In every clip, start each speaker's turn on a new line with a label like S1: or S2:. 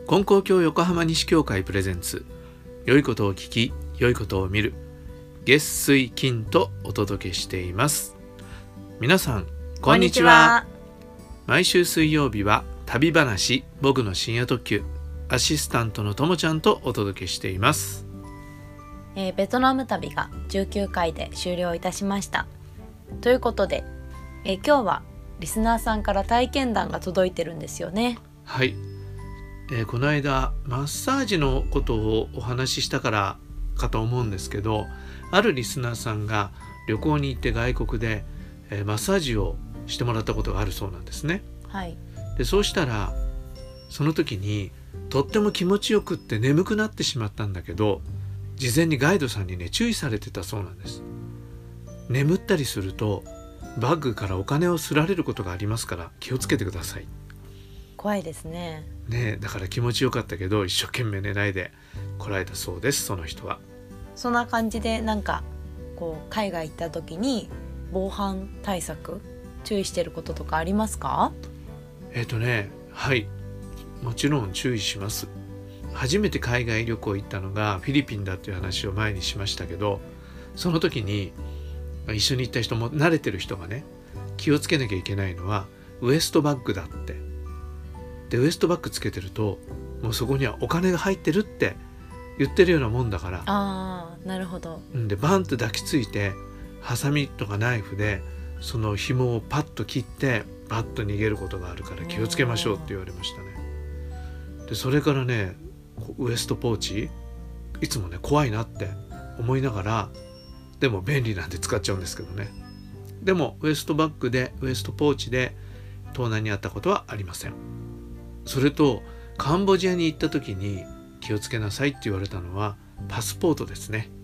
S1: 金光教横浜西教会プレゼンツ、良いことを聞き良いことを見る、月水金とお届けしています。皆さんこんにちは。毎週水曜日は旅話、僕の深夜特急、アシスタントのともちゃんとお届けしています。
S2: ベトナム旅が19回で終了いたしました。ということで、今日はリスナーさんから体験談が届いてるんですよね。
S1: はい、この間マッサージのことをお話ししたからかと思うんですけど、あるリスナーさんが旅行に行って外国で、マッサージをしてもらったことがあるそうなんですね。
S2: はい。
S1: でそうしたらその時にとっても気持ちよくって眠くなってしまったんだけど、事前にガイドさんにね注意されてたそうなんです。眠ったりするとバッグからお金をすられることがありますから気をつけてください。
S2: 怖いですね。
S1: ねえ、だから気持ちよかったけど一生懸命寝ないでこらえたそうです、その人は。
S2: そんな感じで海外行った時に防犯対策注意してることとかありますか？
S1: はい、もちろん注意します。初めて海外旅行行ったのがフィリピンだっていう話を前にしましたけど、その時に一緒に行った人も慣れてる人がね、気をつけなきゃいけないのはウエストバッグだって。でウエストバッグつけてるともうそこにはお金が入ってるって言ってるようなもんだから。
S2: あー、なるほど。
S1: でバンって抱きついてハサミとかナイフでその紐をパッと切ってパッと逃げることがあるから気をつけましょうって言われましたね。でそれからね、ウエストポーチいつもね怖いなって思いながら、でも便利なんで使っちゃうんですけどね。でもウエストバッグでウエストポーチで盗難に遭ったことはありません。それとカンボジアに行った時に気をつけなさいって言われたのはパスポートですね。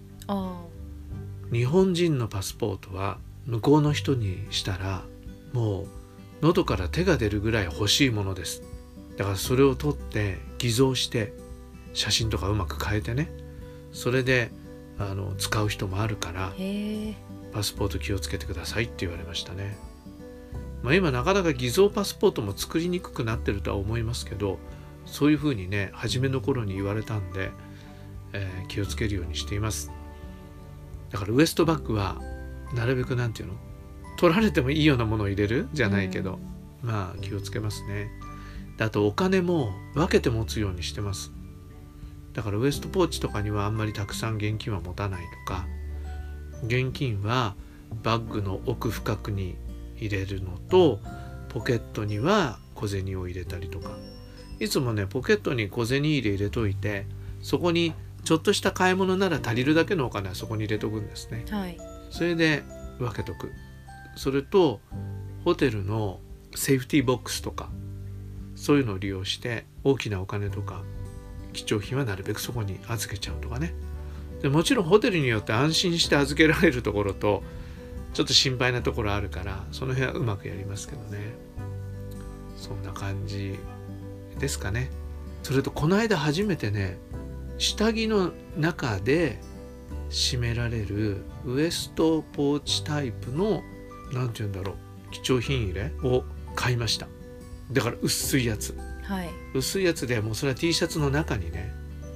S1: 日本人のパスポートは向こうの人にしたらもう喉から手が出るぐらい欲しいものです。だからそれを取って偽造して写真とかうまく変えてね、それで使う人もあるからパスポート気をつけてくださいって言われましたね。今なかなか偽造パスポートも作りにくくなってるとは思いますけど、そういうふうにね初めの頃に言われたんで、気をつけるようにしています。だからウエストバッグはなるべく取られてもいいようなものを入れるじゃないけど、気をつけますね。であとお金も分けて持つようにしてます。だからウエストポーチとかにはあんまりたくさん現金は持たないとか、現金はバッグの奥深くに入れるのと、ポケットには小銭を入れたりとか、いつもねポケットに小銭入れといて、そこにちょっとした買い物なら足りるだけのお金はそこに入れとくんですね。
S2: はい。
S1: それで分けとく。それとホテルのセーフティーボックスとかそういうのを利用して大きなお金とか貴重品はなるべくそこに預けちゃうとかね。でもちろんホテルによって安心して預けられるところとちょっと心配なところあるから、その辺はうまくやりますけどね。そんな感じですかね。それとこの間初めてね、下着の中で締められるウエストポーチタイプの貴重品入れを買いました。だから薄いやつ、薄いやつでもうそれは T シャツの中にね、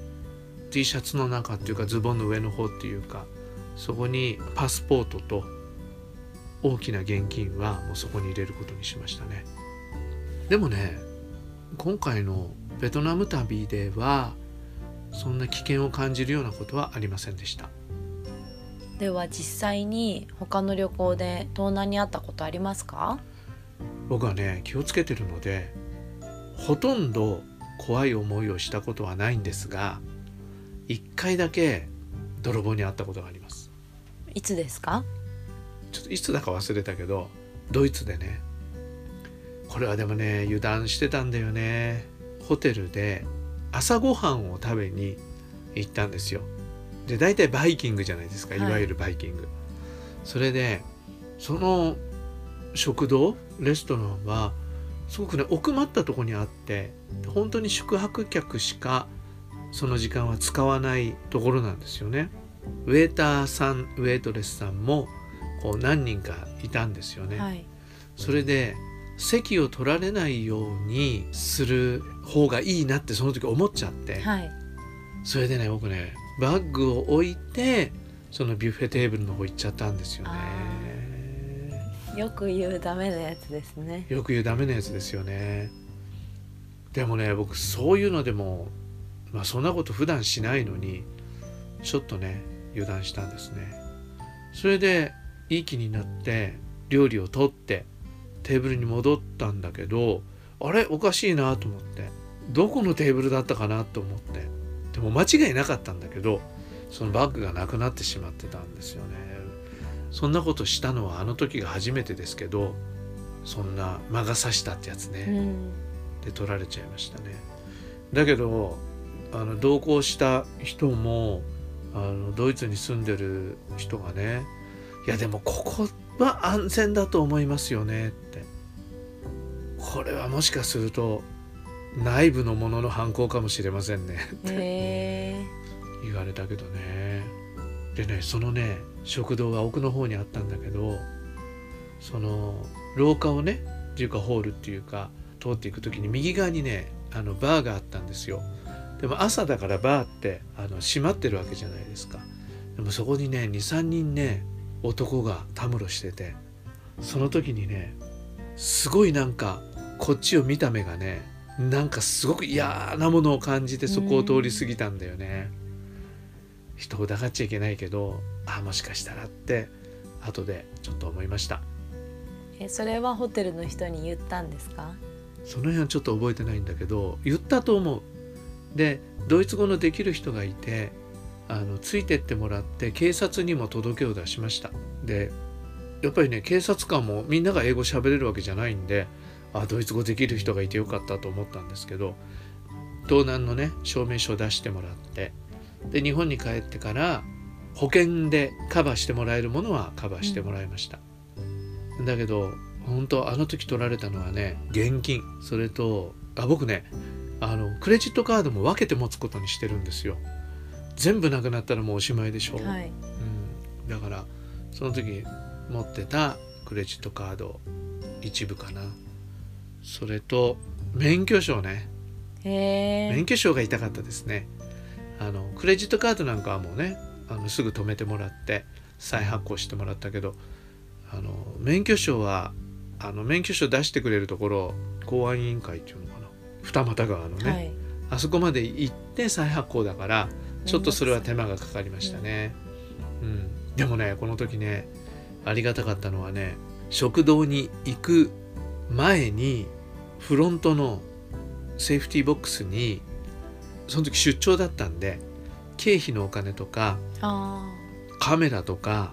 S1: T シャツの中っていうかズボンの上の方っていうか、そこにパスポートと大きな現金はもうそこに入れることにしましたね。でもね、今回のベトナム旅ではそんな危険を感じるようなことはありませんでした。
S2: では実際に他の旅行で盗難に遭ったことありますか？
S1: 僕はね気をつけてるのでほとんど怖い思いをしたことはないんですが、1回だけ泥棒に遭ったことがあります。
S2: いつですか？
S1: ちょっといつだか忘れたけど、ドイツでね、これはでもね油断してたんだよね。ホテルで朝ごはんを食べに行ったんですよ。で大体バイキングじゃないですか、いわゆるバイキング、それでその食堂レストランはすごくね奥まったところにあって、本当に宿泊客しかその時間は使わないところなんですよね。ウェーターさんウェートレスさんも何人かいたんですよね。それで席を取られないようにする方がいいなってその時思っちゃって、
S2: はい、
S1: それでね僕ねバッグを置いてそのビュッフェテーブルの方行っちゃったんですよね。
S2: よく言うダメなやつですね。
S1: よく言うダメなやつですよね。でもね僕そういうのでも、そんなこと普段しないのにちょっとね油断したんですね。それでいい気になって料理を取ってテーブルに戻ったんだけど、あれおかしいなと思って、どこのテーブルだったかなと思って、でも間違いなかったんだけどそのバッグがなくなってしまってたんですよね。そんなことしたのはあの時が初めてですけど、そんな魔が差したってやつね、で取られちゃいましたね。だけど同行した人もドイツに住んでる人がね、いやでもここは安全だと思いますよねって、これはもしかすると内部のものの犯行かもしれませんねって言われたけどね。でねそのね食堂は奥の方にあったんだけど、その廊下をねっていうかホールっていうか通っていく時に右側にねバーがあったんですよ。でも朝だからバーって閉まってるわけじゃないですか。でもそこにね 2,3 人ね男がたむろしてて、その時にねすごいなんかこっちを見た目がねなんかすごく嫌なものを感じてそこを通り過ぎたんだよね。人を疑っちゃいけないけどもしかしたらって後でちょっと思いました。
S2: それはホテルの人に言ったんですか？
S1: その辺はちょっと覚えてないんだけど言ったと思う。でドイツ語のできる人がいてついてってもらって警察にも届けを出しました。でやっぱりね警察官もみんなが英語喋れるわけじゃないんで、ドイツ語できる人がいてよかったと思ったんですけど、盗難のね証明書を出してもらって、で日本に帰ってから保険でカバーしてもらえるものはカバーしてもらいました、だけど本当あの時取られたのはね現金、それと僕ねクレジットカードも分けて持つことにしてるんですよ。全部なくなったらもうおしまいでしょ、
S2: はい、
S1: だからその時持ってたクレジットカード一部かな、それと免許証ね。免許証が痛かったですね。クレジットカードなんかはもうねすぐ止めてもらって再発行してもらったけど、免許証は免許証出してくれるところ公安委員会っていうのかな、二俣川のね、はい、あそこまで行って再発行だからちょっとそれは手間がかかりましたね、でもねこの時ねありがたかったのはね、食堂に行く前にフロントのセーフティーボックスにその時出張だったんで経費のお金とかカメラとか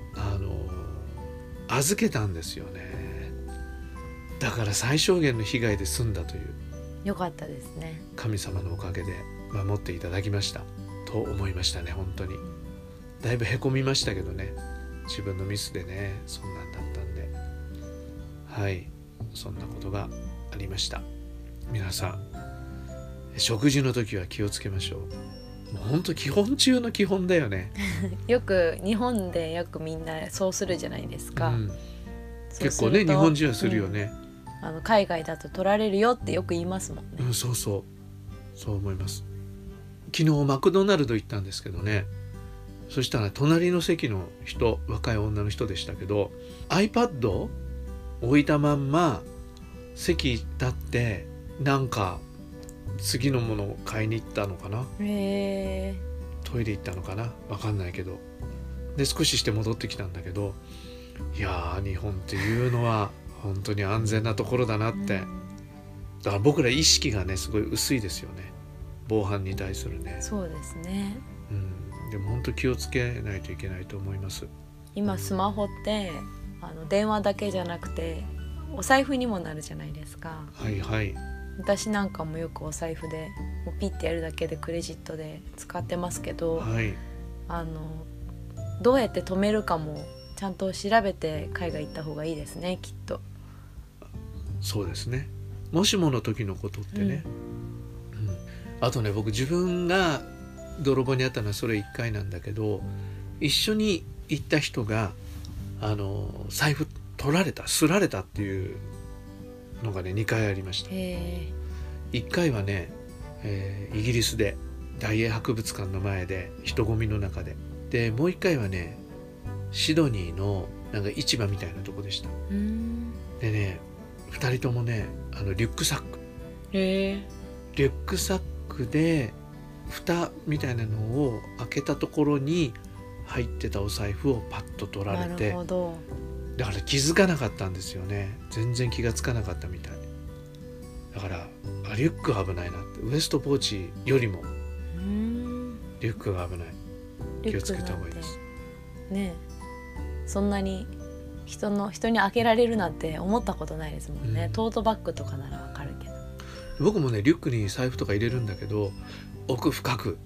S1: 預けたんですよね。だから最小限の被害で済んだという、
S2: よかったですね。
S1: 神様のおかげで守っていただきましたと思いましたね。本当にだいぶへこみましたけどね、自分のミスでねそんなんだったんで、はい、そんなことがありました。皆さん食事の時は気をつけましょう。もう本当基本中の基本だよね
S2: よく日本でよくみんなそうするじゃないですか、
S1: 結構ね日本人はするよね、
S2: 海外だと取られるよってよく言いますもんね、
S1: そう思います。昨日マクドナルド行ったんですけどね、そしたら隣の席の人、若い女の人でしたけど iPad を置いたまんま席立ってなんか次のものを買いに行ったのかな、トイレ行ったのかな、分かんないけど、で少しして戻ってきたんだけど、いやー日本っていうのは本当に安全なところだなって、だから僕ら意識がねすごい薄いですよね、防犯に対するね。
S2: そうですね、
S1: でも本当気をつけないといけないと思います。
S2: 今スマホって電話だけじゃなくてお財布にもなるじゃないですか。
S1: はいはい。
S2: 私なんかもよくお財布でもうピッてやるだけでクレジットで使ってますけど、
S1: はい、
S2: どうやって止めるかもちゃんと調べて海外行った方がいいですね、きっと。
S1: そうですね、もしもの時のことってね、あとね僕自分が泥棒にあったのはそれ1回なんだけど、一緒に行った人が財布取られた、すられたっていうのがね2回ありました。
S2: へ
S1: 1回はね、イギリスで大英博物館の前で人混みの中で、でもう1回はねシドニーのなんか市場みたいなとこでした。でね2人ともねリュックサック、
S2: へ
S1: リュックサックで蓋みたいなのを開けたところに入ってたお財布をパッと取られ
S2: な
S1: て、
S2: るほど。
S1: だから気づかなかったんですよね。全然気がつかなかったみたいだから、リュックは危ないなって、ウエストポーチよりもリュックが危ない、気をつけた方がいいです。
S2: ねえ、そんなに人に開けられるなんて思ったことないですもんね、トートバッグとかならわかるけど。
S1: 僕もねリュックに財布とか入れるんだけど、奥深く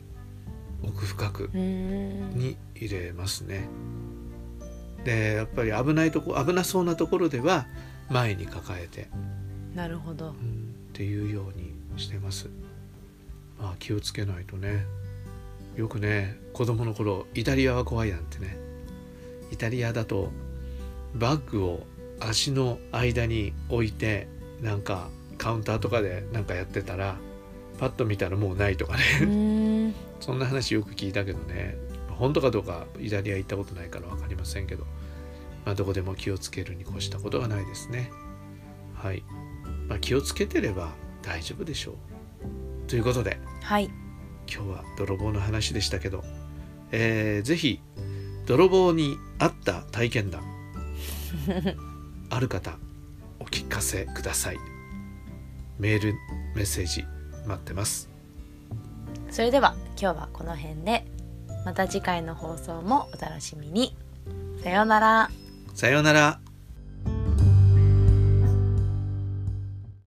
S1: に入れますね。でやっぱり危なそうなところでは前に抱えて、
S2: なるほど、
S1: っていうようにしてます。まあ気をつけないとね。よくね子供の頃イタリアは怖いなんてね、イタリアだとバッグを足の間に置いてなんかカウンターとかでなんかやってたらパッと見たらもうないとかねそんな話よく聞いたけどね、本当かどうかイタリア行ったことないから分かりませんけど、まあ、どこでも気をつけるに越したことはないですね。はい、まあ、気をつけてれば大丈夫でしょうということで、
S2: はい、
S1: 今日は泥棒の話でしたけど、ぜひ泥棒にあった体験談ある方お聞かせください。メーッセージ待ってます。
S2: それでは今日はこの辺で、また次回の放送もお楽しみに。さようなら。
S1: さようなら。